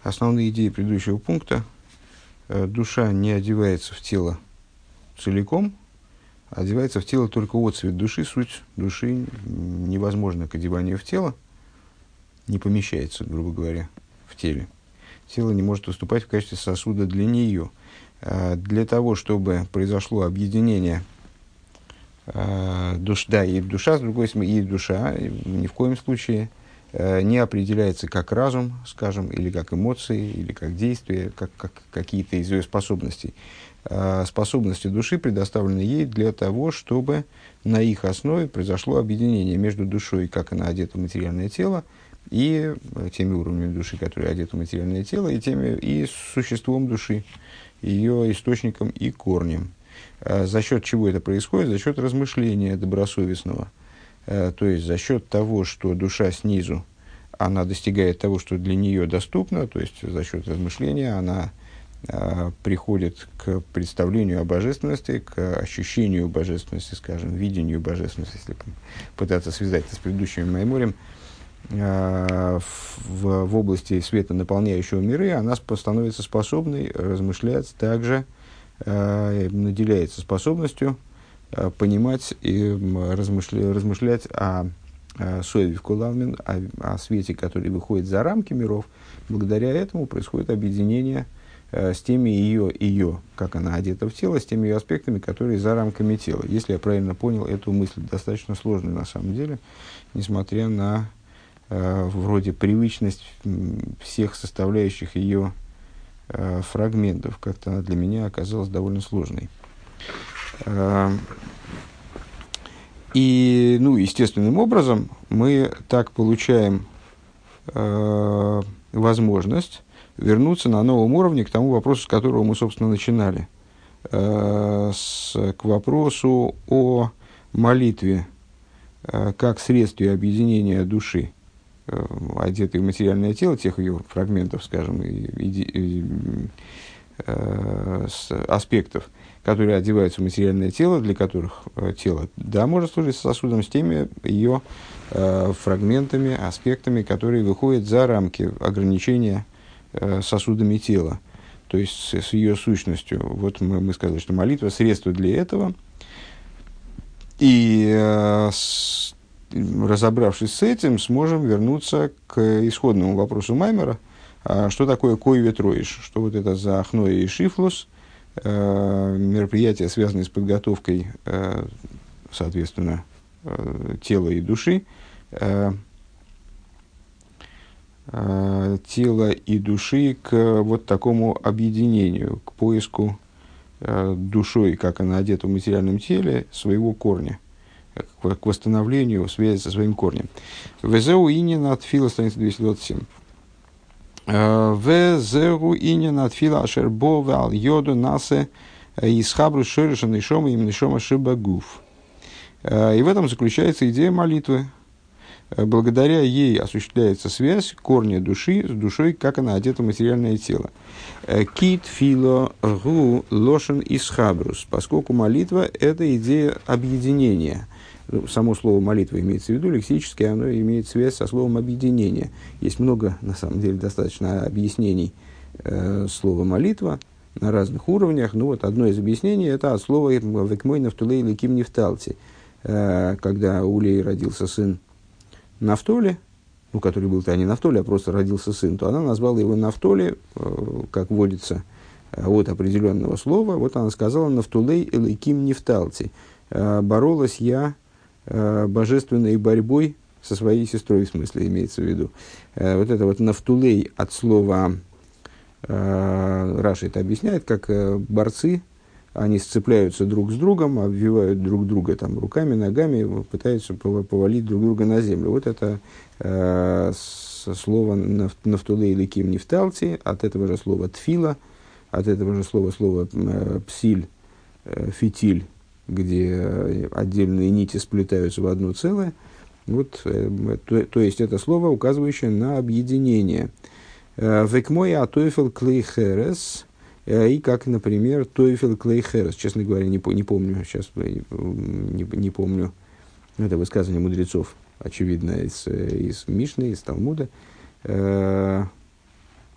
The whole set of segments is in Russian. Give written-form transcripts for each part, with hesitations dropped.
основные идеи предыдущего пункта. Душа не одевается в тело целиком, а одевается в тело только отцвет души. Суть души невозможно к одеванию в тело, не помещается, грубо говоря, в теле. Тело не может выступать в качестве сосуда для нее. Для того, чтобы произошло объединение и душа, с другой стороны, и душа ни в коем случае не определяется как разум, скажем, или как эмоции, или как действия, как какие-то из ее способностей. Способности души предоставлены ей для того, чтобы на их основе произошло объединение между душой, как она одета в материальное тело, и теми уровнями души, которые одеты в материальное тело, и существом души, ее источником и корнем. За счет чего это происходит? За счет размышления добросовестного. То есть за счет того, что душа снизу, она достигает того, что для нее доступно, то есть за счет размышления она приходит к представлению о божественности, к ощущению божественности, скажем, видению божественности, если пытаться связать это с предыдущими майморем, в области света, наполняющего миры, она становится способной размышлять также, наделяется способностью понимать и размышлять о Соеве Кулалмин, о свете, который выходит за рамки миров. Благодаря этому происходит объединение с теми ее, как она одета в тело, с теми ее аспектами, которые за рамками тела. Если я правильно понял эту мысль, достаточно сложную на самом деле, несмотря на вроде привычность всех составляющих ее фрагментов. Как-то она для меня оказалась довольно сложной. И, естественным образом мы так получаем возможность вернуться на новом уровне к тому вопросу, с которого мы, собственно, начинали. К вопросу о молитве как средстве объединения души, одетой в материальное тело, тех ее фрагментов, скажем, аспектов, которые одеваются в материальное тело, для которых тело, да, может служить сосудом, с теми ее фрагментами, аспектами, которые выходят за рамки ограничения сосудами тела, то есть с ее сущностью. Вот мы сказали, что молитва – средство для этого. И разобравшись с этим, сможем вернуться к исходному вопросу Маймера, что такое кой ветроиш, что вот это за ахноя и шифлус, мероприятия, связанные с подготовкой, соответственно, тела и души, тела и души к вот такому объединению, к поиску душой, как она одета в материальном теле, своего корня, к восстановлению связи со своим корнем. Везеу инин от фила, страница 227. Везеу инин от фила ашербо вал йоду насе исхабру шориша нишома им нишома шибагуф. И в этом заключается идея молитвы. Благодаря ей осуществляется связь корня души с душой, как она одета в материальное тело. Кит фило гу лошен исхабрус, поскольку молитва – это идея объединения. Само слово молитва имеется в виду, лексически оно имеет связь со словом объединение. Есть много, на самом деле, достаточно объяснений слова молитва на разных уровнях. Ну вот одно из объяснений – это от слова «векмой нафтулей леким нефталти», когда у Леи родился сын Нафтоли, который был-то не Нафтоли, а просто родился сын, то она назвала его Нафтоли, как водится, от определенного слова. Вот она сказала «Нафтулей элейким нефталти». Боролась я божественной борьбой со своей сестрой, в смысле, имеется в виду. Вот это вот «Нафтулей» от слова, Раши это объясняет, как борцы, они сцепляются друг с другом, обвивают друг друга там, руками, ногами, пытаются повалить друг друга на землю. Вот это слово «нафтулей ликим нефталти», от этого же слова «тфила», от этого же слова «псиль», «фитиль», где отдельные нити сплетаются в одно целое. Вот, то есть это слово, указывающее на объединение. «Векмой атоефел клей херес», и как, например, Тойфел Клей Херес. Честно говоря, не помню сейчас, не помню это высказывание мудрецов, очевидно, из Мишны, из Талмуда.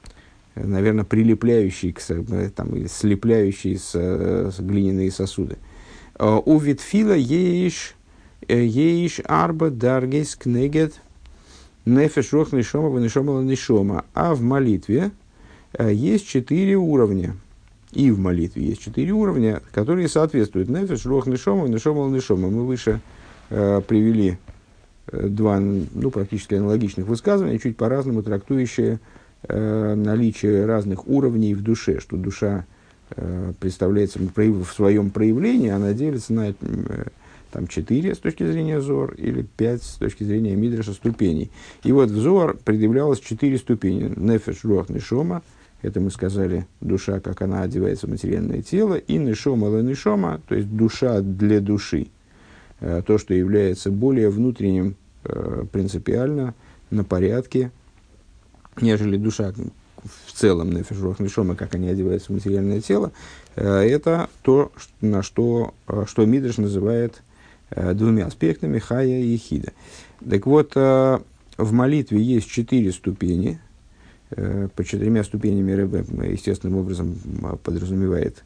наверное, прилепляющий, там, или слепляющий с глиняные сосуды. У витфила ейш арба даргейс кнегет нефеш рох нишома венишома нишома. А в молитве есть 4 уровня. И в молитве есть 4 уровня, которые соответствуют нефеш рох нишома венишома нишома. Мы выше привели два практически аналогичных высказывания, чуть по-разному трактующие наличие разных уровней в душе, что душа представляется в своем проявлении, она делится на там, 4 с точки зрения Зоар или 5 с точки зрения Мидраша ступеней. И вот в Зоар предъявлялось 4 ступени. Нефеш, руах, нишома. Это мы сказали, душа, как она одевается в материальное тело. И нишома, ла нишома, то есть душа для души. То, что является более внутренним принципиально, на порядке, нежели душа в целом, нефеш, руах, нишома, как они одеваются в материальное тело. Это то, что Мидраш называет двумя аспектами хая и хида. Так вот, в молитве есть 4 ступени. По 4 ступенями Ребе естественным образом подразумевает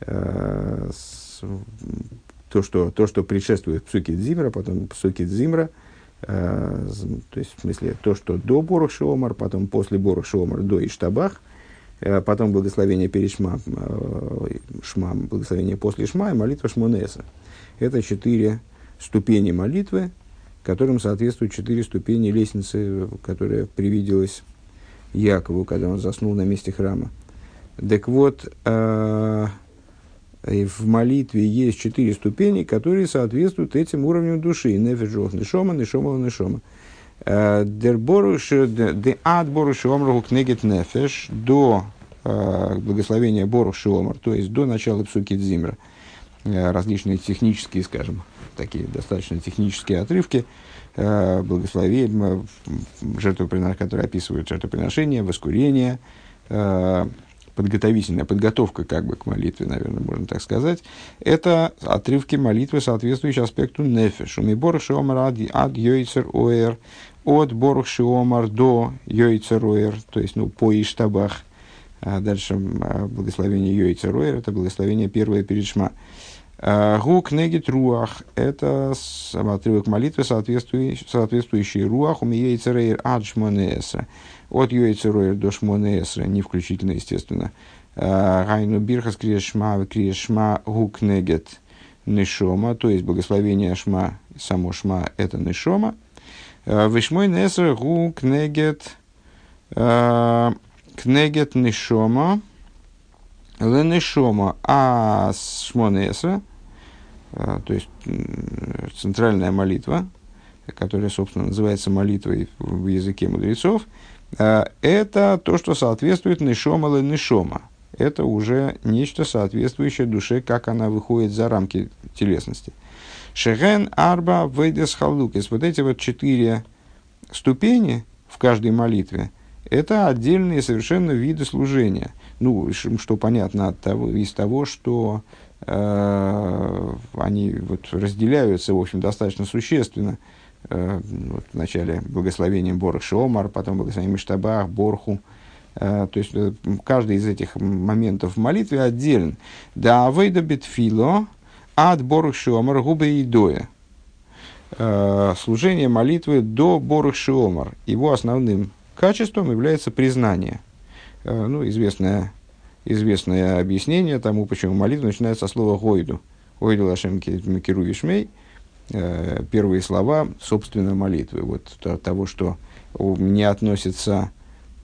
то, что предшествует псуки Дзимра, потом псуки Дзимра, то есть в смысле то, что до Борух Шеомар, потом после Борух Шеомар до Иштабах, потом благословение перед Шма, благословение после Шма и молитва Шмонеса. Это 4 ступени молитвы, которым соответствуют 4 ступени лестницы, которая привиделась Якову, когда он заснул на месте храма. Так вот, в молитве есть 4 ступени, которые соответствуют этим уровням души. Нефеш рох нишома, нишома нишома. Де ад борух шеомар кнегет нефеш, до благословения борух шеомар, то есть до начала псуки Дзимра. Различные технические, скажем, такие достаточно технические отрывки, благословения, которые описывают жертвоприношение, воскурение, подготовительная подготовка как бы к молитве, наверное, можно так сказать. Это отрывки молитвы, соответствующие аспекту нефеш. Уми борух шеомар ад йойцер оэр, от борух шеомар до йойцер оэр, то есть по Иштабах. Дальше благословение йойцер оэр, это благословение первое перед Шма. Гу кнегет руах, это отрывок молитвы, соответствующий руах, уми йойцер оэр ад шмонеэсра. От йойцер до шмонеэсра, не включительно, естественно. Гайну бирхас криешма гу кнегет нишома, то есть благословение Шма, само Шма это нишома. Вишмой несра гу кнегет нишома ленишома, а шмонесра, то есть центральная молитва, которая, собственно, называется молитвой в языке мудрецов, это то, что соответствует нишома ленишома. Это уже нечто соответствующее душе, как она выходит за рамки телесности. Шеген арба вейдес халукес. Вот эти вот 4 ступени в каждой молитве – это отдельные совершенно виды служения. Что понятно из того, что они разделяются, в общем, достаточно существенно. Вначале благословением Борух Шеомар, потом благословением Иштабах, Борху. То есть каждый из этих моментов в молитве отделен. Да авейда битфило ад Борух Шеомар губе и доя. Служение молитвы до Борух Шеомар. Его основным качеством является признание. Известное объяснение тому, почему молитва начинается со слова «гойду». «Гойду лашем киру вишмей». Первые слова, собственно, молитвы. Вот того, что не относится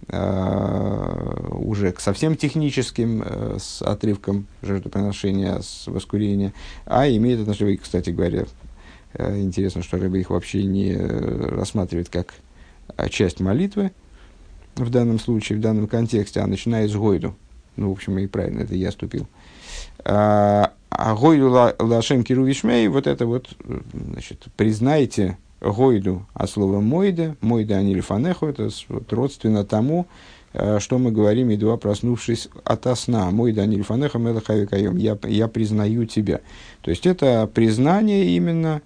уже к совсем техническим с отрывком жертвоприношения, с воскурения, а имеет отношение, кстати говоря, интересно, что Ребе их вообще не рассматривает как часть молитвы в данном случае, в данном контексте, а начинает с гойду. В общем, и правильно, это я ступил. А гойду лашем киру вишмей, вот это вот, значит, признайте гойду от слова мойда, мойда анильфанеху, это родственно тому, что мы говорим, едва проснувшись ото сна. Мойда анильфанеху мелахавикайом, я признаю тебя. То есть, это признание именно,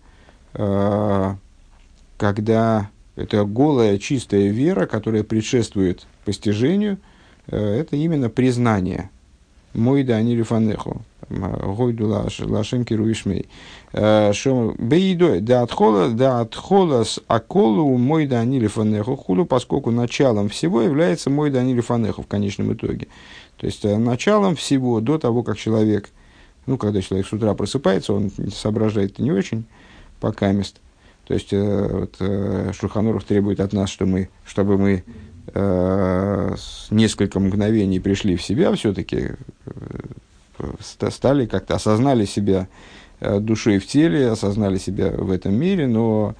когда это голая, чистая вера, которая предшествует постижению, это именно признание. Мой да не лифанеху. Гойду лашем кируишмей. Шо бейдой да отхола с аколу мой да не лифанеху хулу, поскольку началом всего является мой да не лифанеху в конечном итоге. То есть началом всего до того, как человек, когда человек с утра просыпается, он соображает не очень покамест. То есть Шульхан Арух требует от нас, чтобы мы несколько мгновений пришли в себя все-таки, стали как-то, осознали себя душой в теле, осознали себя в этом мире, но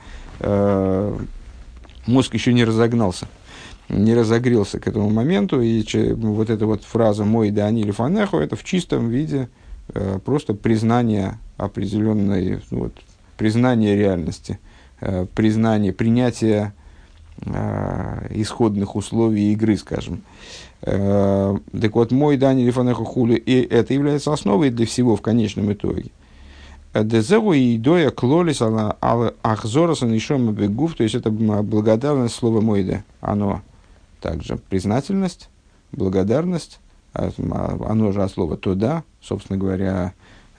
мозг еще не разогнался, не разогрелся к этому моменту, и вот эта вот фраза «мой да они лифанеху» это в чистом виде просто признание определенной, признание реальности, принятие исходных условий игры, скажем. Так вот, мой дани лифанеху хули, и это является основой для всего в конечном итоге. Дезеву и доя клолис ахзораса нишома бегув, то есть это благодарность слова мойда. Оно также признательность, благодарность, оно же от слова тода, собственно говоря,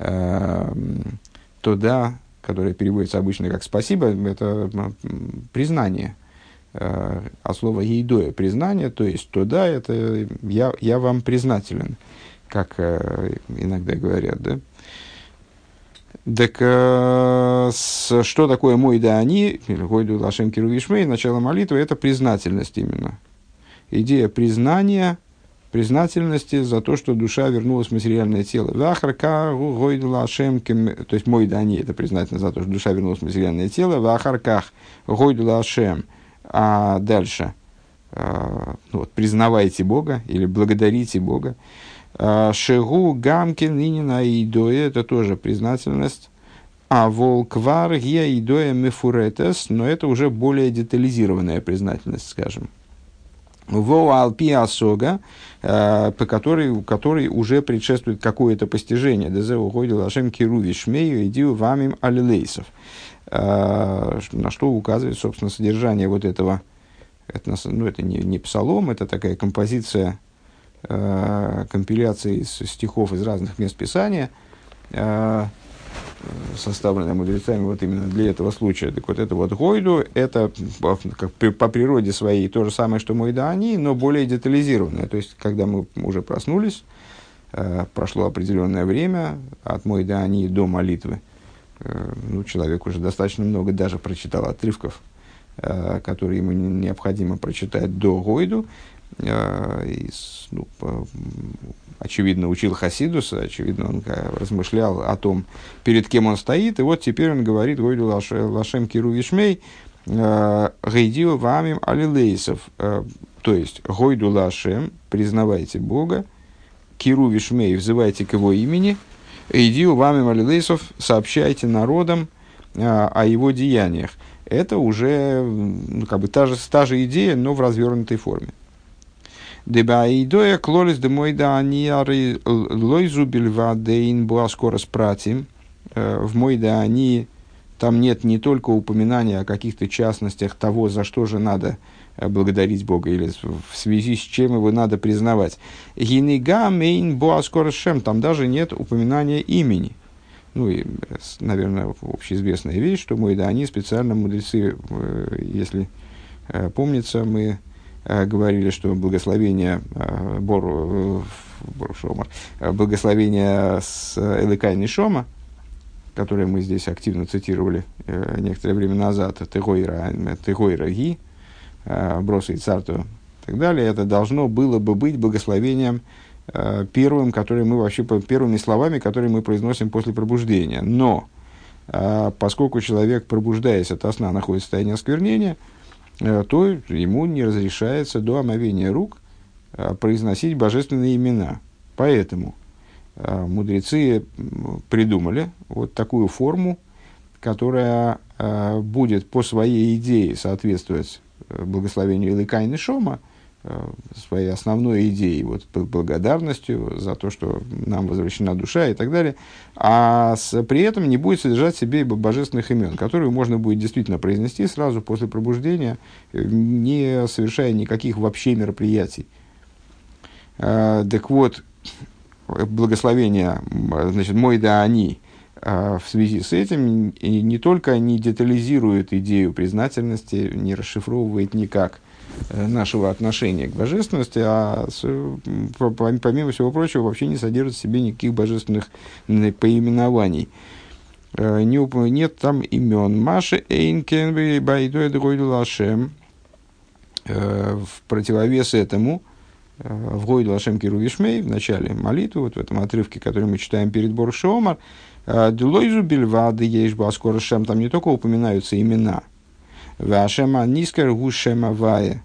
тода, которое переводится обычно как спасибо, это признание. От слова «ейдоя» признание, то есть «тода» — это я вам признателен, как иногда говорят, да? Так что такое «мой да они», или «гойду лашем кирувишмей», начало молитвы — это признательность именно. Идея признания, признательности за то, что душа вернулась в материальное тело. «Вахарка гойду лашем», то есть «мой да они» — это признательность за то, что душа вернулась в материальное тело. «Вахарках гойду лашем». А дальше признавайте Бога или благодарите Бога. Шегу гамкин инина идоя, это тоже признательность. А волквар гия идоя мефуретес, но это уже более детализированная признательность, скажем. Во алпи асога, по которой уже предшествует какое-то постижение. Дезеу гойду лашем кируви шмею идию вамим алилейсов. На что указывает, собственно, содержание вот этого. Это не псалом, это такая композиция, компиляция из стихов из разных мест Писания, составленная мудрецами вот именно для этого случая. Так вот, это вот гойду, это по природе своей то же самое, что мой да они, но более детализированное. То есть, когда мы уже проснулись, прошло определенное время от мой да они до молитвы. Человек уже достаточно много даже прочитал отрывков, которые ему необходимо прочитать до гойду. Очевидно, учил Хасидуса, очевидно, он размышлял о том, перед кем он стоит. И вот теперь он говорит гойду лашем киру вишмей гейдио вамим алилейсов. То есть, гойду лашем, признавайте Бога, киру вишмей, взывайте к его имени, идию вами малилейсов, сообщайте народам о его деяниях. Это уже та же идея, но в развернутой форме. Деба идоя клолис де мой да они лойзу бельвадейн буаскорос пратим. В мой да они там нет не только упоминания о каких-то частностях того, за что же надо благодарить Бога, или в связи с чем его надо признавать. Гинега мейн боаскорошем, там даже нет упоминания имени. И, наверное, общеизвестная вещь, что мы, да, они специально мудрецы, если помнится, мы говорили, что благословение благословение с Элыкай Нишома, которое мы здесь активно цитировали некоторое время назад, Тегойра Ги, Броса и Царту и так далее, это должно было бы быть благословением первым, который мы вообще, первыми словами, которые мы произносим после пробуждения. Но поскольку человек, пробуждаясь ото сна, находится в состоянии осквернения, то ему не разрешается до омовения рук произносить божественные имена. Поэтому мудрецы придумали вот такую форму, которая будет по своей идее соответствовать благословению Элыкай Нишома, своей основной идеей, вот, благодарностью за то, что нам возвращена душа и так далее, а при этом не будет содержать в себе божественных имен, которые можно будет действительно произнести сразу после пробуждения, не совершая никаких вообще мероприятий. Так вот, благословение, значит, мой да они, в связи с этим не только не детализирует идею признательности, не расшифровывает никак нашего отношения к божественности, а помимо всего прочего вообще не содержит в себе никаких божественных поименований. Нет там имен. Маши Эйнкенбе Байдой Дройду Лашем. В противовес этому в Гойду Лашем Кирувишмей в начале молитвы, вот в этом отрывке, который мы читаем перед Боршомар, Дулойзу Бельвады Ейшбаскор Шем, там не только упоминаются имена. Вашема Нискер Гушема Вае.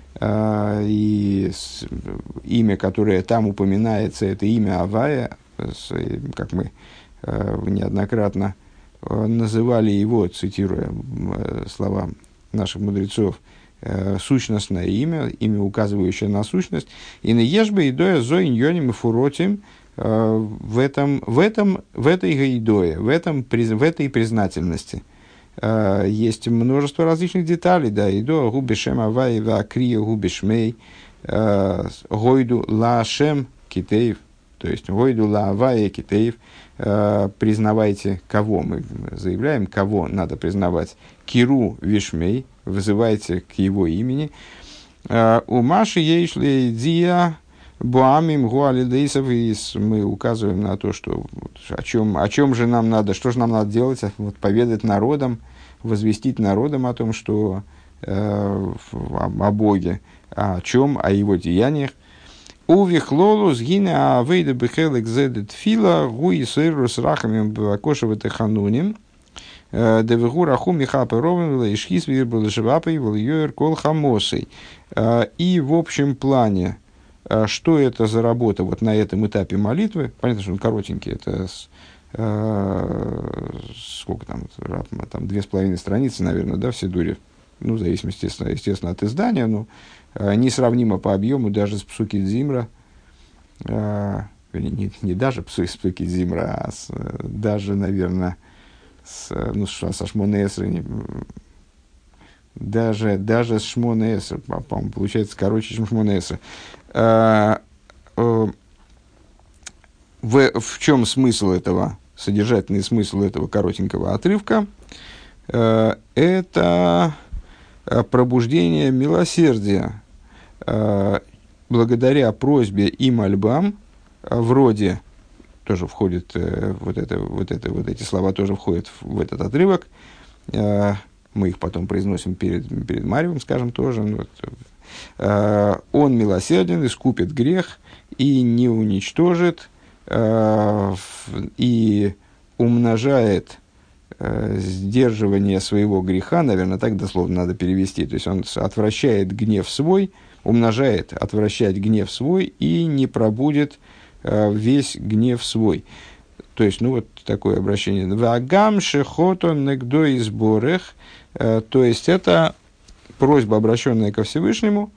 И имя, которое там упоминается, это имя Авая, как мы неоднократно называли его, цитируя слова наших мудрецов, сущностное имя, имя, указывающее на сущность. И на ешбе идоя зоин йоним и фуротим в этой гаидое, в этой признательности. Есть множество различных деталей, да, идо губешем авай ва крия губешмей гойду лашем китеев, то есть гойду ла авай китеев, признавайте кого, мы заявляем, кого надо признавать, киру вишмей, вызывайте к его имени, у Маши ейшли дия буамим гуалидейсов, и мы указываем на то, что о чем же нам надо, что же нам надо делать, вот, поведать народам, возвестить народам о том, что о Боге, о чем, о его деяниях. Увихлолу сгине авейда бехелек зедет фила гуи сэру с рахами бакошева техануним девегу раху михапе ровен лэйшхис вирбл швапой вальёр кол хамосой. И в общем плане, что это за работа вот на этом этапе молитвы? Понятно, что он коротенький, это сколько там 2,5 страницы, наверное, да, в Сидуре. Ну, в зависимости, естественно, от издания, но несравнимо по объему даже с Псуки Дзимра. Не даже с Псуки Дзимра, а даже, наверное, со Шмоне Эсры. Даже с Шмоне Эсры, по-моему, получается короче, чем Шмоне Эсры. В чем смысл этого, содержательный смысл этого коротенького отрывка? Это пробуждение милосердия благодаря просьбе и мольбам, вроде, тоже входит, вот эти слова тоже входят в этот отрывок, мы их потом произносим перед Марьевым, скажем, тоже. Он милосерден, искупит грех и не уничтожит, и умножает сдерживание своего греха, наверное, так дословно надо перевести. То есть он отвращает гнев свой, умножает отвращать гнев свой и не пробудет весь гнев свой. То есть, ну вот такое обращение. Вагам шехото негдо изборех. То есть это просьба, обращенная ко Всевышнему.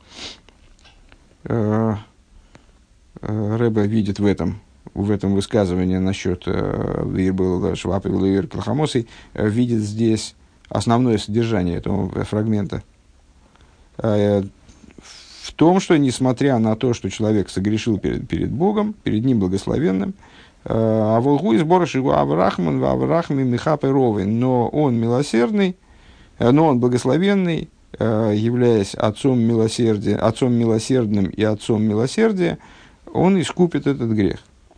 Рэбе видит в этом высказывании насчет Швапы Вилуир Клахамосы, видит здесь основное содержание этого фрагмента. В том, что несмотря на то, что человек согрешил перед Богом, перед Ним благословенным, а волгу из Борошигу Аврахман, Аврахми Михапе Ровен, но он милосердный, но он благословенный, являясь отцом милосердным и отцом милосердия, он искупит этот грех.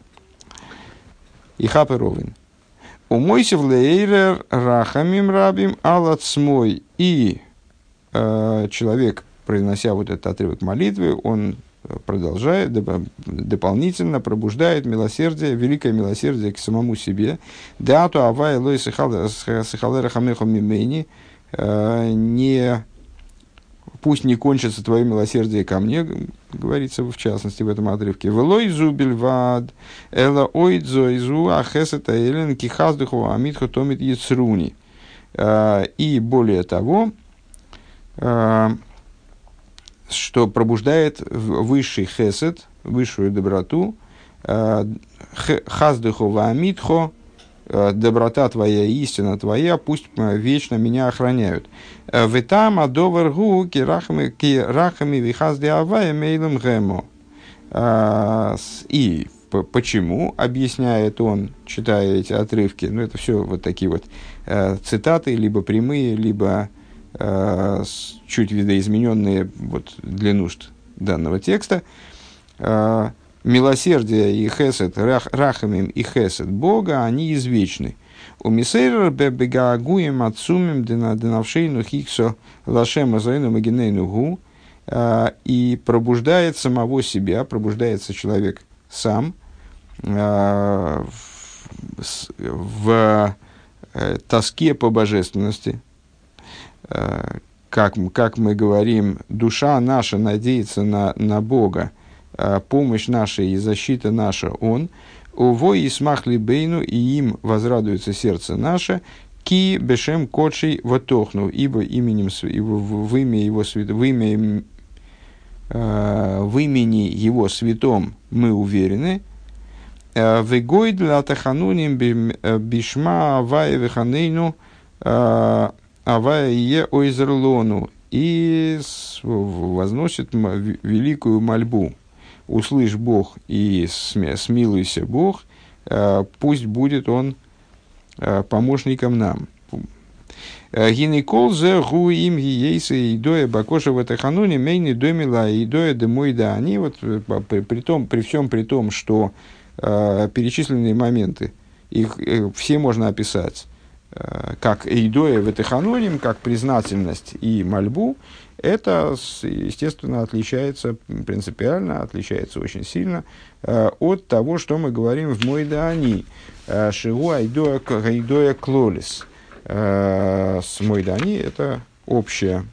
И хапе ровен. Умойся в лейрер рахамим рабим алацмой. И человек, произнося вот этот отрывок молитвы, он продолжает, дополнительно пробуждает милосердие, великое милосердие к самому себе. Дату авай лой сихалера хамехом мимени. Пусть не кончится твое милосердие ко мне, говорится в частности в этом отрывке. Велой зубель вад, эла ойдзо изу ахесета элен кихаздуху амитху томит яцруни. И более того, что пробуждает высший хесед, высшую доброту, хаздуху ваамитхо, доброта твоя, истина твоя, пусть вечно меня охраняют. Ветам адоваргу кирахами вихазди авая мейлем гемо. И почему, объясняет он, читая эти отрывки, ну, это все вот такие вот цитаты, либо прямые, либо чуть видоизмененные вот, для нужд данного текста. Милосердие и хесед, рахамим и хесед Бога, они извечны. У мисейра бегаагуем отцумим динавшейну хиксо лашема зайну магинейну гу. И пробуждает самого себя, пробуждается человек сам в тоске по божественности. Как мы говорим, душа наша надеется на Бога, помощь наша и защита наша Он. Уво и смахли бейну, и им возрадуется сердце наше, ки бешем кодшей ватохну, ибо именем в имя его в имени его святом мы уверены. Вегой для тахануним бишма авая веханейну авая е ойзерлону, и возносит великую мольбу. Услышь Бог и смилуйся Бог, пусть будет Он помощником нам. Гинекол зе гу им гиейсы идоя бакоша в этахануне мейни домила идоя демойда. Они вот при всем при том, что перечисленные моменты, их все можно описать как идоя в этахануним, как признательность и мольбу. Это, естественно, отличается принципиально, отличается очень сильно от того, что мы говорим в Мойдаани. Шигу айдоя клолис. С Мойдани это общее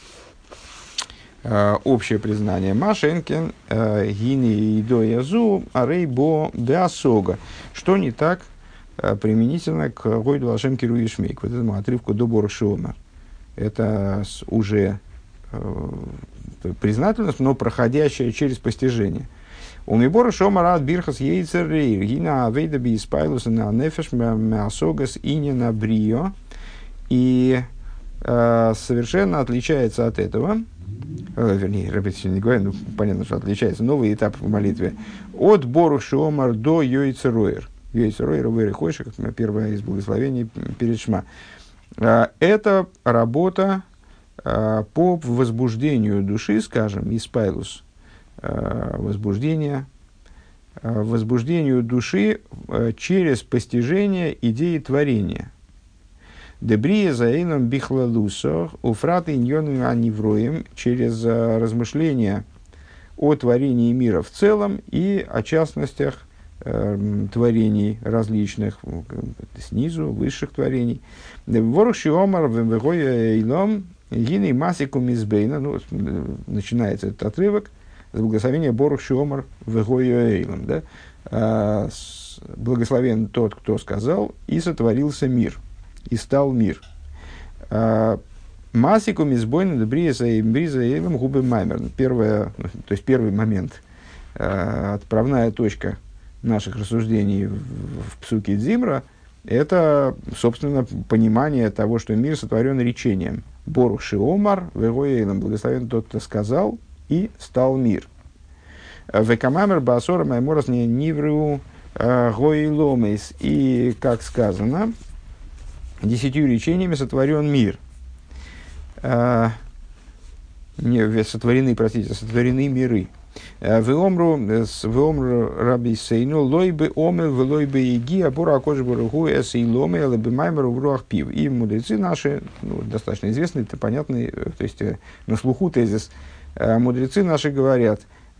признание. Машенкен гини идоязу арейбо беасога. Что не так применительно к Гойду Лашем Киру Ишмейк, вот этому отрывку до Борух Шеомер. Это уже признательность, но проходящая через постижение. У Мибора Шеомер ад бирхас ейцер рейр гина авейда би испайлуса на нефеш мясогас инина брио. И совершенно отличается от этого, вернее, Рабби не говорит, ну, понятно, что отличается, новый этап в молитве, от Борух Шеомер до Йойцероер. Йойцероер, Вэри Хойша, как первое из благословений перед Шма. Это работа по возбуждению души, скажем, испайлус, возбуждению души через постижение идеи творения. Дебрия заэйном бихлалусо, уфраты иньону анивроем, через размышления о творении мира в целом и о частностях творений различных, снизу, высших творений. Борух Шеомер вегоя эйлом гиней масику мизбейна, ну, начинается этот отрывок с благословения Борух Шеомер вегоя эйлом, да? Благословен тот, кто сказал, и сотворился мир. И стал мир. Масику мизбойна добриза и мбриза эйлом губы маймер. То есть первый момент, отправная точка наших рассуждений в псуке Дзимра, это, собственно, понимание того, что мир сотворен речением. Борух Шеомар вегоя эйлом. Благословен тот, кто сказал, и стал мир. Векамамер басора майморас не нивру гойломейс. И, как сказано, 10 речениями сотворен мир. Сотворены миры. Веомру раби сейну лойбы омел влойбы иги абура акош баруху эс и ломе лабы маймеру в руах пив. И мудрецы наши, ну, достаточно известный, это понятный, то есть на слуху тезис. Мудрецы наши говорят,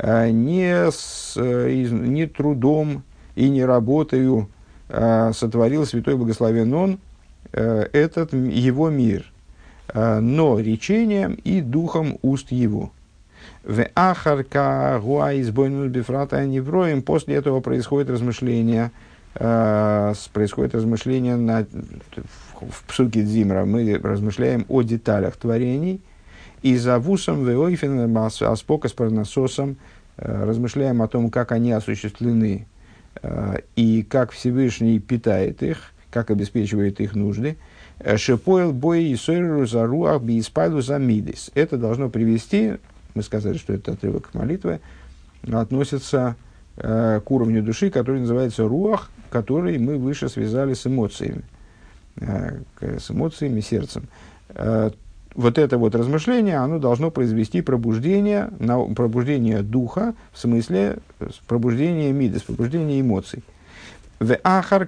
не трудом и не работою сотворил святой благословен он этот его мир, но речением и духом уст его. После этого происходит размышление в псуке Дзимра. Мы размышляем о деталях творений. И за вусом веойфен аспока с парнасосом размышляем о том, как они осуществлены и как Всевышний питает их, как обеспечивает их нужды. Шепоэл бой и сойру за руах би испайлу за мидис. Это должно привести, мы сказали, что это отрывок молитвы, относится к уровню души, который называется руах, который мы выше связали с эмоциями, сердцем. Вот это вот размышление, оно должно произвести пробуждение духа, в смысле пробуждение мидас, пробуждение эмоций. После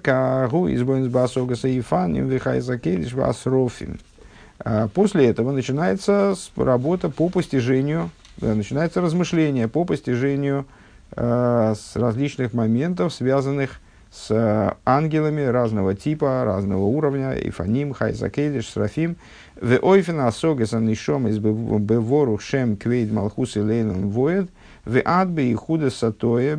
этого начинается работа по постижению, начинается размышление по постижению с различных моментов, связанных с ангелами разного типа, разного уровня, Ифаним, Хайзакейдиш, Срафим, в Ойфена Асогеса Нишом из Бевору Шем Квейд Малхус и Лейлон Воед, в Адбе и Худа Сатоя,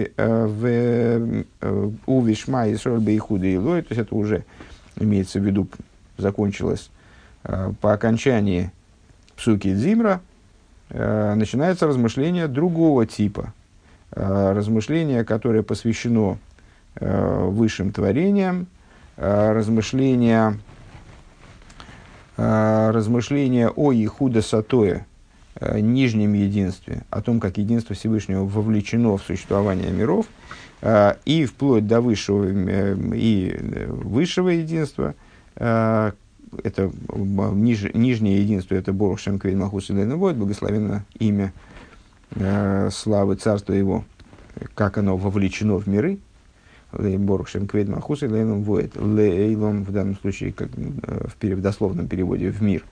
в Увишма и Сроль Бе и Худа и Лой, то есть это уже имеется в виду, закончилось по окончании Псуки Дзимра, начинается размышление другого типа, размышление, которое посвящено высшим творениям, размышления о Ихуда Сатое, нижнем единстве, о том, как единство Всевышнего вовлечено в существование миров, и вплоть до высшего и высшего единства. Это нижнее единство, это Борух Шем Квейд Малхус и Лейн Воэд, благословенно имя славы царства его, как оно вовлечено в миры. Борух Шем Квейд Малхус и Лейн Воэд. Лейлом в данном случае, как в дословном переводе, в мир.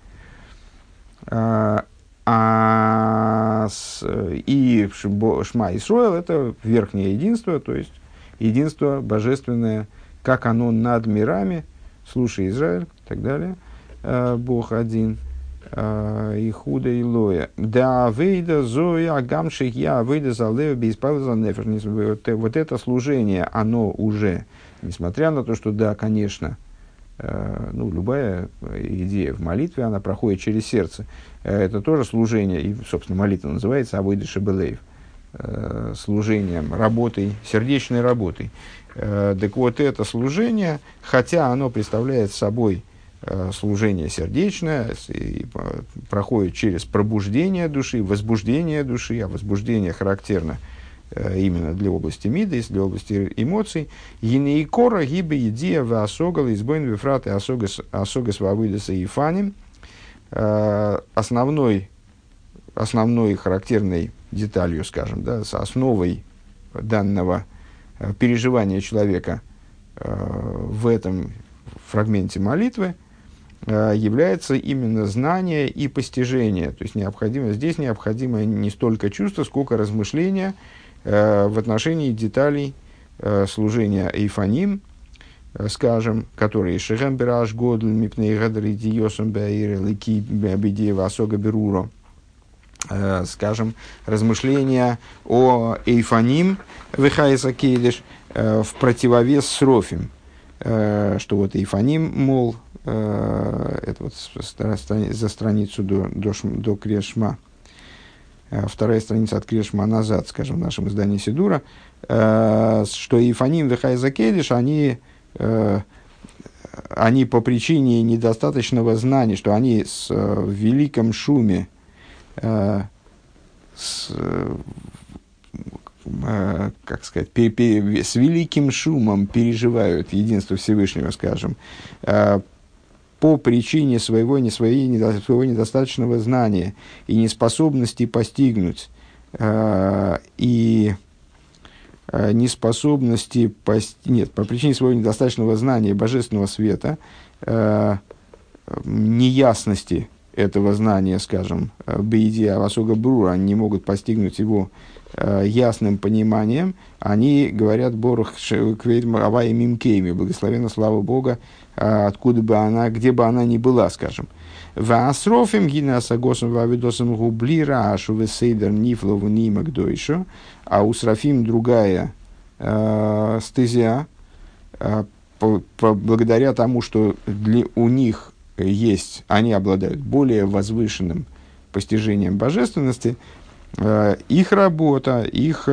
И Шма Исроэл — это верхнее единство, то есть единство божественное, как оно над мирами. Слушай, Израиль, и так далее. Бог один. И худа и лоя. Да выйда зоя гамших я выйда за лео бейспалза нефер. Вот это служение, оно уже, несмотря на то, что да, конечно, любая идея в молитве, она проходит через сердце. Это тоже служение, и, собственно, молитва называется «Авойда шебелейв», служением, работой, сердечной работой. Так вот, это служение, хотя оно представляет собой служение сердечное, и проходит через пробуждение души, возбуждение души, а возбуждение характерно именно для области мидас, для области эмоций. Енейкора гибе идея в осогал избойн вифраты осогас вавыдаса и фаним. Основной характерной деталью, скажем, да, с основой данного переживания человека в этом фрагменте молитвы является именно знание и постижение. То есть здесь необходимо не столько чувство, сколько размышления в отношении деталей служения эйфаним, скажем, которые «Шехем бераш годль мипней гадри диосом бэйр лики бэбидеева асога беруро», скажем, размышления о эйфаним вехайса кейдеш в противовес срофим, что вот эйфаним, мол, это вот за страницу до Крешма, вторая страница от Крешма назад, скажем, в нашем издании Сидура, что эйфаним вехайса кейдеш, они по причине недостаточного знания, что они в великом шуме, как сказать, с великим шумом переживают единство Всевышнего, скажем, по причине своего недостаточного знания и неспособности постигнуть, и неспособности по причине своего недостаточного знания божественного света, неясности этого знания, скажем, бейдия васога брура, они не могут постигнуть его ясным пониманием, они говорят «Борух квейд авай мимкейми», благословенна слава Бога, откуда бы она, где бы она ни была, скажем. «Ваасрофим гинасагосом вавидосом гублира ашу весейдер нифлову нимак дойшу», а у срафим другая стезя, благодаря тому, что у них есть, они обладают более возвышенным постижением божественности, их работа, их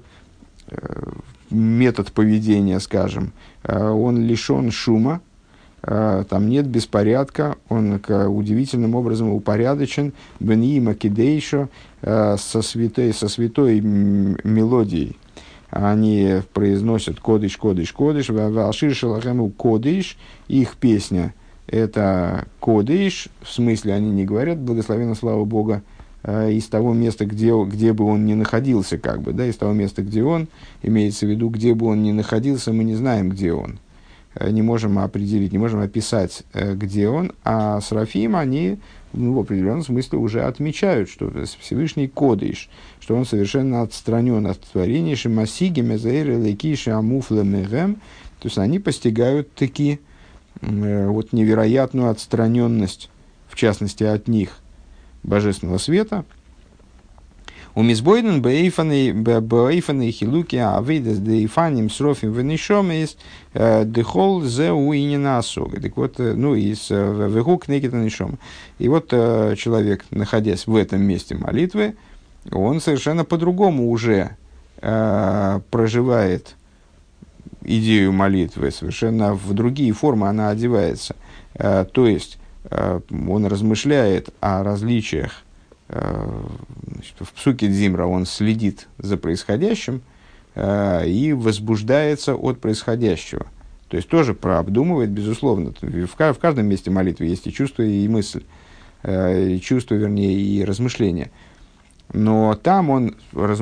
метод поведения, скажем, он лишен шума, там нет беспорядка, он удивительным образом упорядочен, бениима кидейшо, со святой мелодией. Они произносят кодыш, кодыш, кодыш, валшир шелахему кодыш, их песня это кодыш, в смысле они не говорят благословенно слава Бога, из того места, где бы он ни находился, как бы, да, из того места, где он, имеется в виду, где бы он ни находился, мы не знаем, где он, не можем определить, не можем описать, где он, а серафим, они, в определенном смысле уже отмечают, что Всевышний кодыш, что он совершенно отстранен от творения, шимасиги, мезаэр, лекиши, амуфле, мегем, то есть они постигают таки вот невероятную отстраненность, в частности, от них, божественного света. У мизбойден бейфаны хилуки авидас дейфаним срофим венешомис дехол зе уинина асога. Так вот, ну, из вегук некита нешом. И вот человек, находясь в этом месте молитвы, он совершенно по-другому уже проживает идею молитвы, совершенно в другие формы она одевается. То есть, он размышляет о различиях. Значит, в псуке Дзимра он следит за происходящим и возбуждается от происходящего. То есть тоже прообдумывает, безусловно. В каждом месте молитвы есть и чувство, и мысль. И чувство, вернее, и размышление. Но там он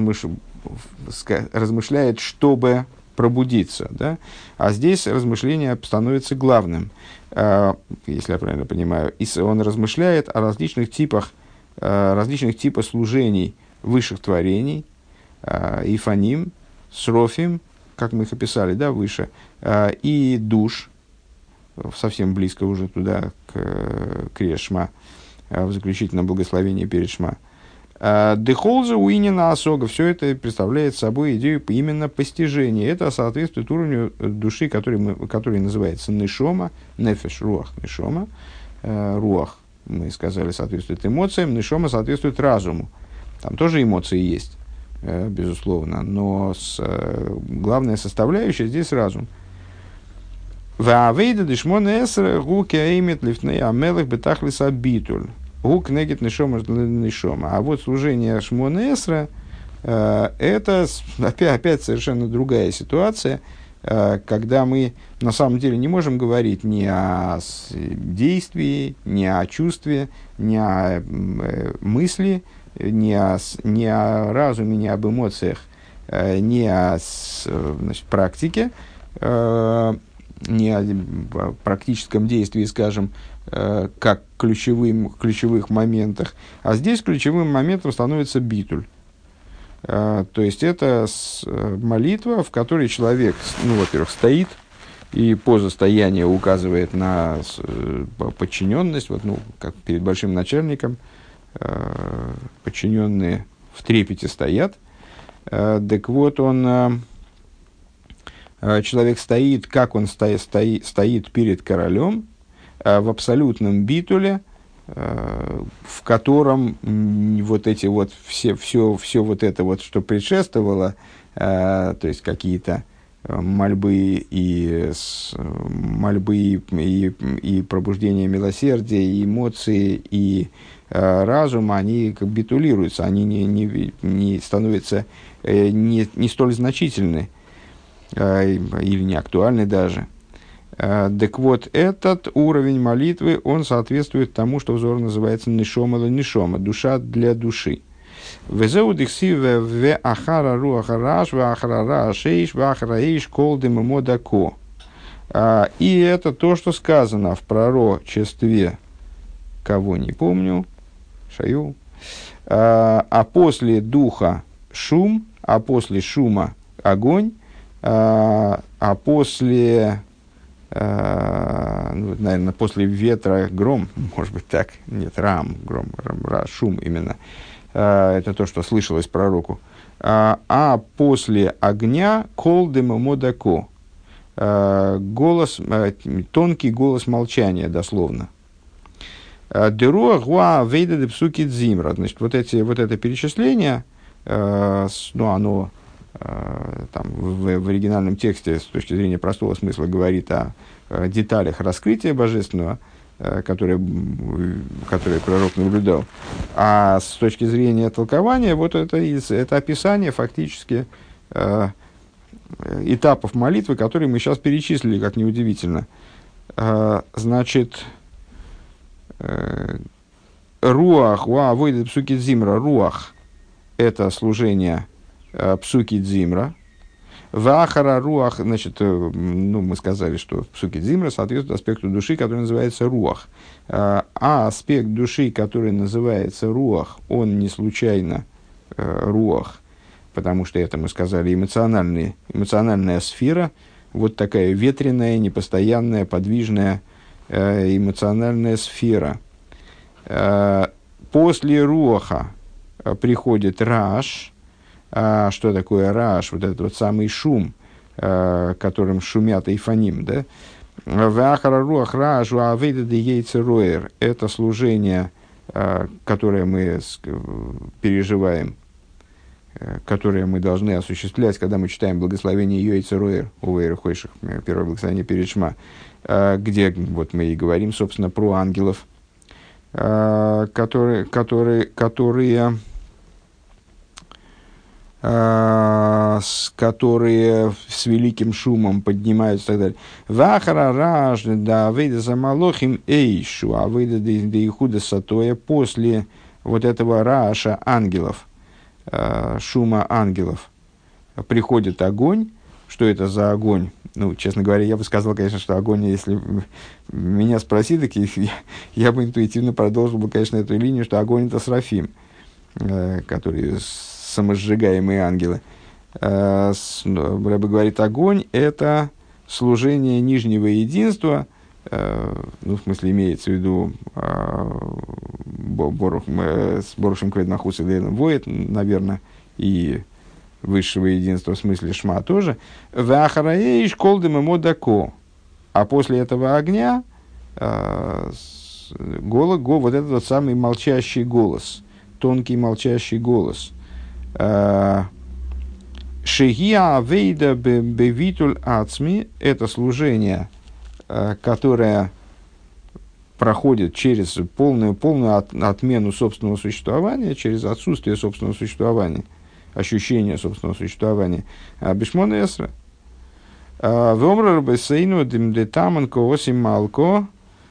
размышляет, чтобы пробудиться. Да? А здесь размышление становится главным. Если я правильно понимаю, он размышляет о различных типах служений высших творений, ифаним, срофим, как мы их описали, да, выше, и душ, совсем близко уже туда, к Шма, в заключительном благословении перед Шма. Дехолза уинина осога, все это представляет собой идею именно постижения. Это соответствует уровню души, который называется нешома, нефеш, руах, нешома. Руах, мы сказали, соответствует эмоциям, нешома соответствует разуму. Там тоже эмоции есть, безусловно, но главная составляющая здесь разум. Ваавейда дешмон эсре гуки эймет лифней амелых бетахлис абитуль. Гук негет нешома нешома. А вот служение Шмона Эсра это опять совершенно другая ситуация, когда мы на самом деле не можем говорить ни о действии, ни о чувстве, ни о мысли, ни о разуме, ни об эмоциях, ни о практике, ни о практическом действии, скажем, как ключевых моментах. А здесь ключевым моментом становится битуль. То есть это молитва, в которой человек, ну, во-первых, стоит, и поза стояния указывает на подчиненность, вот, ну, как перед большим начальником, подчиненные в трепете стоят. Так вот, человек стоит, как он стоит перед королем, в абсолютном битуле, в котором вот эти вот все вот это вот, что предшествовало, то есть какие-то мольбы и пробуждение милосердия, и эмоции, и разум, они как битулируются, они не становятся не столь значительны или не актуальны даже. Так вот, этот уровень молитвы, он соответствует тому, что в Зоре называется нишома ла нишома, душа для души. Везеу дихсиве ве ахара руаха раш, ве ахара рашейш, ве ахара эйш колдем модако. И это то, что сказано в пророчестве, кого не помню, Шаю. А после духа шум, а после шума огонь, а после... ну, наверное, после ветра гром, может быть так, нет, гром, шум именно, это то, что слышалось пророку, а после огня кол дема модако, голос, тонкий голос молчания, дословно. Деруа гуа вейда де псуки дзимра, значит, вот это перечисление, ну, оно там в оригинальном тексте с точки зрения простого смысла говорит о деталях раскрытия божественного, которые пророк наблюдал. А с точки зрения толкования, вот это описание фактически этапов молитвы, которые мы сейчас перечислили, как неудивительно. Значит, руах, выйдет псуки дзимра, руах – это служение псуки дзимра. Вахара руах, значит, мы сказали, что псуки дзимра соответствует аспекту души, который называется руах. А аспект души, который называется руах, он не случайно руах, потому что это, мы сказали, эмоциональная сфера, вот такая ветреная, непостоянная, подвижная эмоциональная сфера. После руаха приходит раш. Что такое раш? Вот этот вот самый шум, которым шумят эйфаним, да? Вахара руах ражу авейда де яйцероэр. Это служение, которое мы переживаем, которое мы должны осуществлять, когда мы читаем благословение яйцероэр, увейр хойших, первое благословение перед Шма, где вот мы и говорим, собственно, про ангелов, которые с великим шумом поднимаются и так далее. Вахара раш да авейда за малохим эйшу, авейда да ихуда сатоя, после вот этого раша ангелов, шума ангелов, приходит огонь. Что это за огонь? Ну, честно говоря, я бы сказал, конечно, что огонь, если меня спросили, так я бы интуитивно продолжил бы, конечно, эту линию, что огонь – это Серафим, которые самосжигаемые ангелы. Рэбе говорит, огонь – это служение нижнего единства, ну, в смысле, имеется в виду с Борушем Кведмахус и Лейлом Воет, наверное, и высшего единства, в смысле Шма тоже. Вахараэйш колдем и модако. А после этого огня вот этот вот самый молчащий голос, тонкий молчащий голос. Шегия авейда бевитуль ацми – это служение, которое проходит через полную отмену собственного существования, через отсутствие собственного существования, ощущение собственного существования. Бишмон эсра. Вомрар бесейну демдетаман коосим малко.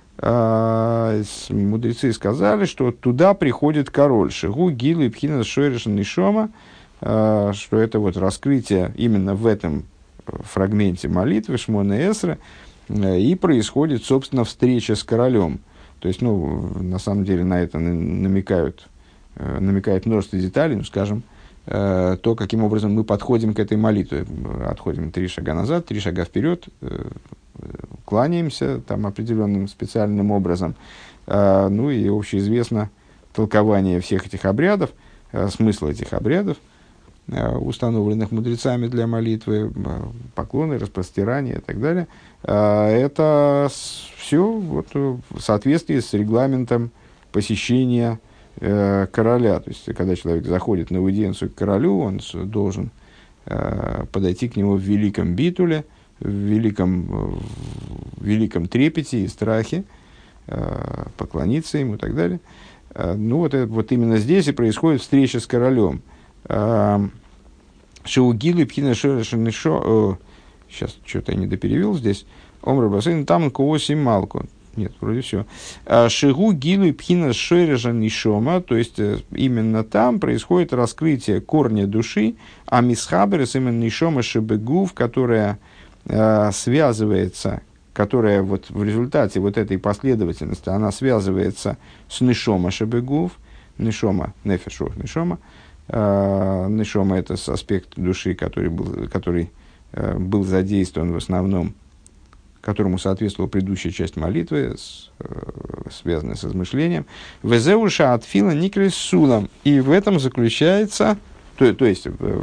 Мудрецы сказали, что туда приходит король. Шигу гилу и пхина шойрешен нишома. Что это вот раскрытие именно в этом фрагменте молитвы Шмона Эсра, и происходит, собственно, встреча с королем. То есть, на самом деле, на это намекает множество деталей, скажем, то, каким образом мы подходим к этой молитве. Отходим 3 шага назад, 3 шага вперед, кланяемся там определенным специальным образом. И общеизвестно толкование всех этих обрядов, смысл этих обрядов, установленных мудрецами для молитвы, поклоны, распростирания и так далее. Это все вот в соответствии с регламентом посещения короля. То есть, когда человек заходит на аудиенцию к королю, он должен подойти к нему в великом битуле, в великом трепете и страхе, поклониться ему и так далее. Вот именно здесь и происходит встреча с королем. Шиугилы пхина шорешенишо. Сейчас что-то я недоперевел здесь. Омра басейн там кооси малку. Нет, вроде все. Шигу гилу пхина шорешенишома. То есть именно там происходит раскрытие корня души, а мисхаберес именно нишома шебегув, которая связывается, которая вот в результате вот этой последовательности она связывается с нишома шебегув. Нишома нефешу нишома. Нишома – это аспект души, который был задействован в основном, которому соответствовала предыдущая часть молитвы, связанная с размышлением. «Везеуша от фила никрис сулам». И в этом заключается, то есть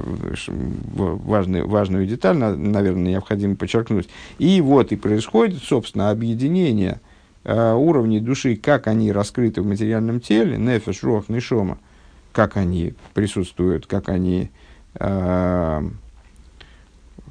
важную деталь, наверное, необходимо подчеркнуть. И вот и происходит, собственно, объединение уровней души, как они раскрыты в материальном теле, нефеш, руах, нишома, как они присутствуют, как они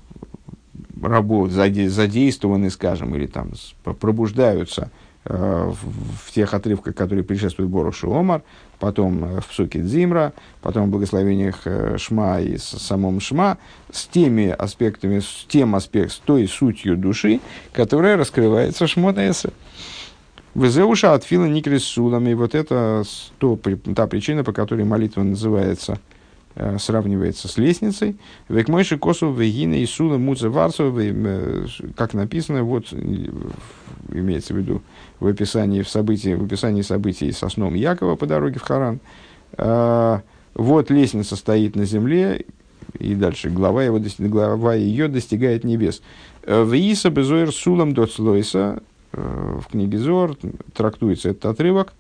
задействованы, скажем, или там пробуждаются в тех отрывках, которые предшествуют Борух Омар, потом в Псуке Дзимра, потом в благословениях Шма и самом Шма, с теми аспектами, с той сутью души, которая раскрывается в Шмот Эсер. Везеуша от фила никрис сулами. Вот это та причина, по которой молитва называется, сравнивается с лестницей. Векмойши косу вегина и сула муца варцу, как написано, вот имеется в виду в описании событий со сном Якова по дороге в Харан. Вот лестница стоит на земле, и дальше глава ее достигает небес. Вииса безоир сулам доцлойса. В книге Зоар трактуется этот отрывок,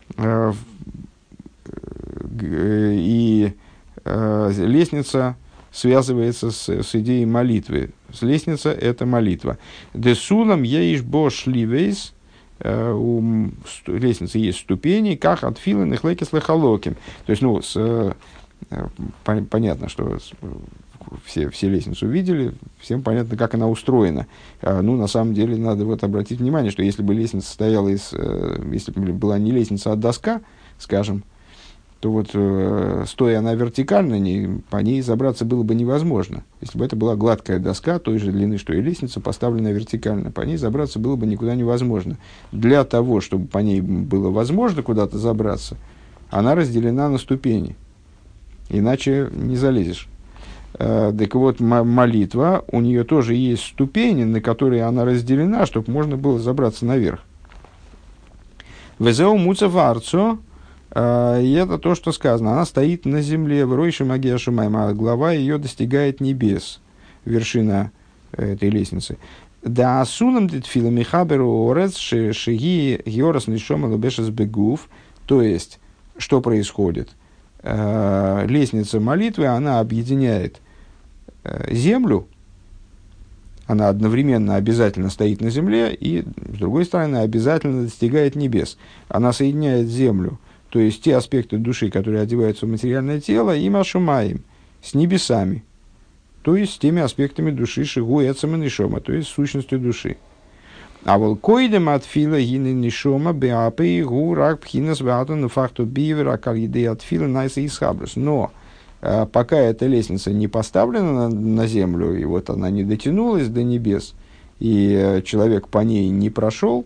и лестница связывается с идеей молитвы. Лестница – это молитва. Десулам еиш бо шливейс, у лестницы есть ступени, как от филы нехлекис лехалоким. То есть, понятно, что все лестницу видели, всем понятно, как она устроена. На самом деле, надо обратить внимание, что если бы лестница состояла если бы была не лестница, а доска, скажем, то стоя она вертикально, по ней забраться было бы невозможно. Если бы это была гладкая доска той же длины, что и лестница, поставленная вертикально, по ней забраться было бы никуда невозможно. Для того, чтобы по ней было возможно куда-то забраться, она разделена на ступени. Иначе не залезешь. Так вот, молитва, у нее тоже есть ступени, на которые она разделена, чтобы можно было забраться наверх. Везеу муца варцо, и это то, что сказано. Она стоит на земле, в ройше магия шумайм, а глава ее достигает небес, вершина этой лестницы. Да асулам дитфила михаберу орец шиги георас нишома лубешес бегув. То есть, что происходит? Лестница молитвы, она объединяет землю, она одновременно обязательно стоит на земле и, с другой стороны, обязательно достигает небес. Она соединяет землю, то есть те аспекты души, которые одеваются в материальное тело, и машумаем, с небесами, то есть с теми аспектами души, шигу эцем и нишома, то есть с сущностью души. А волкоидем от фила гины нишома беапы гу рак пхинас ватан факту бивера калиды от фила найса исхабрус. Но пока эта лестница не поставлена на землю, и вот она не дотянулась до небес, и человек по ней не прошел,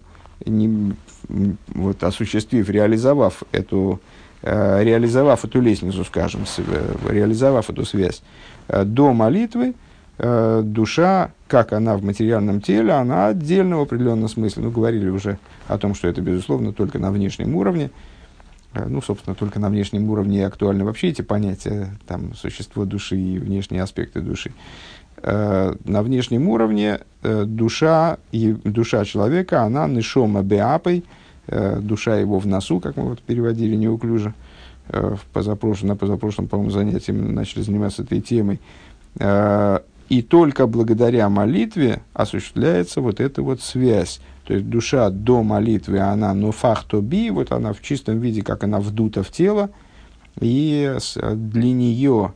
осуществив, реализовав эту лестницу, скажем, реализовав эту связь, до молитвы, душа, как она в материальном теле, она отдельно в определенном смысле. Говорили уже о том, что это, безусловно, только на внешнем уровне. Собственно, только на внешнем уровне актуальны вообще эти понятия, там, существо души и внешние аспекты души. На внешнем уровне душа человека, она нишома беапой, душа его в носу, как мы переводили неуклюже. На позапрошлом, по-моему, занятии мы начали заниматься этой темой. И только благодаря молитве осуществляется эта связь. То есть душа до молитвы, она нофах тоби, она в чистом виде, как она вдута в тело, и для нее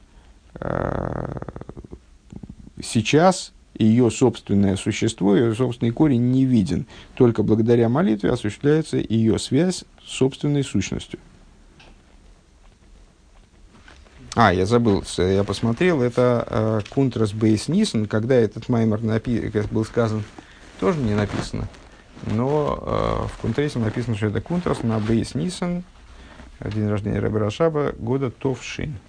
сейчас ее собственное существо, ее собственный корень не виден. Только благодаря молитве осуществляется ее связь с собственной сущностью. Я забыл, я посмотрел, это Кунтрас Бейс Нисон, когда этот маймер был сказан, тоже не написано, но в Кунтресе написано, что это Кунтрас на Бейс Нисон, день рождения Ребе Рашаба, года Товшин.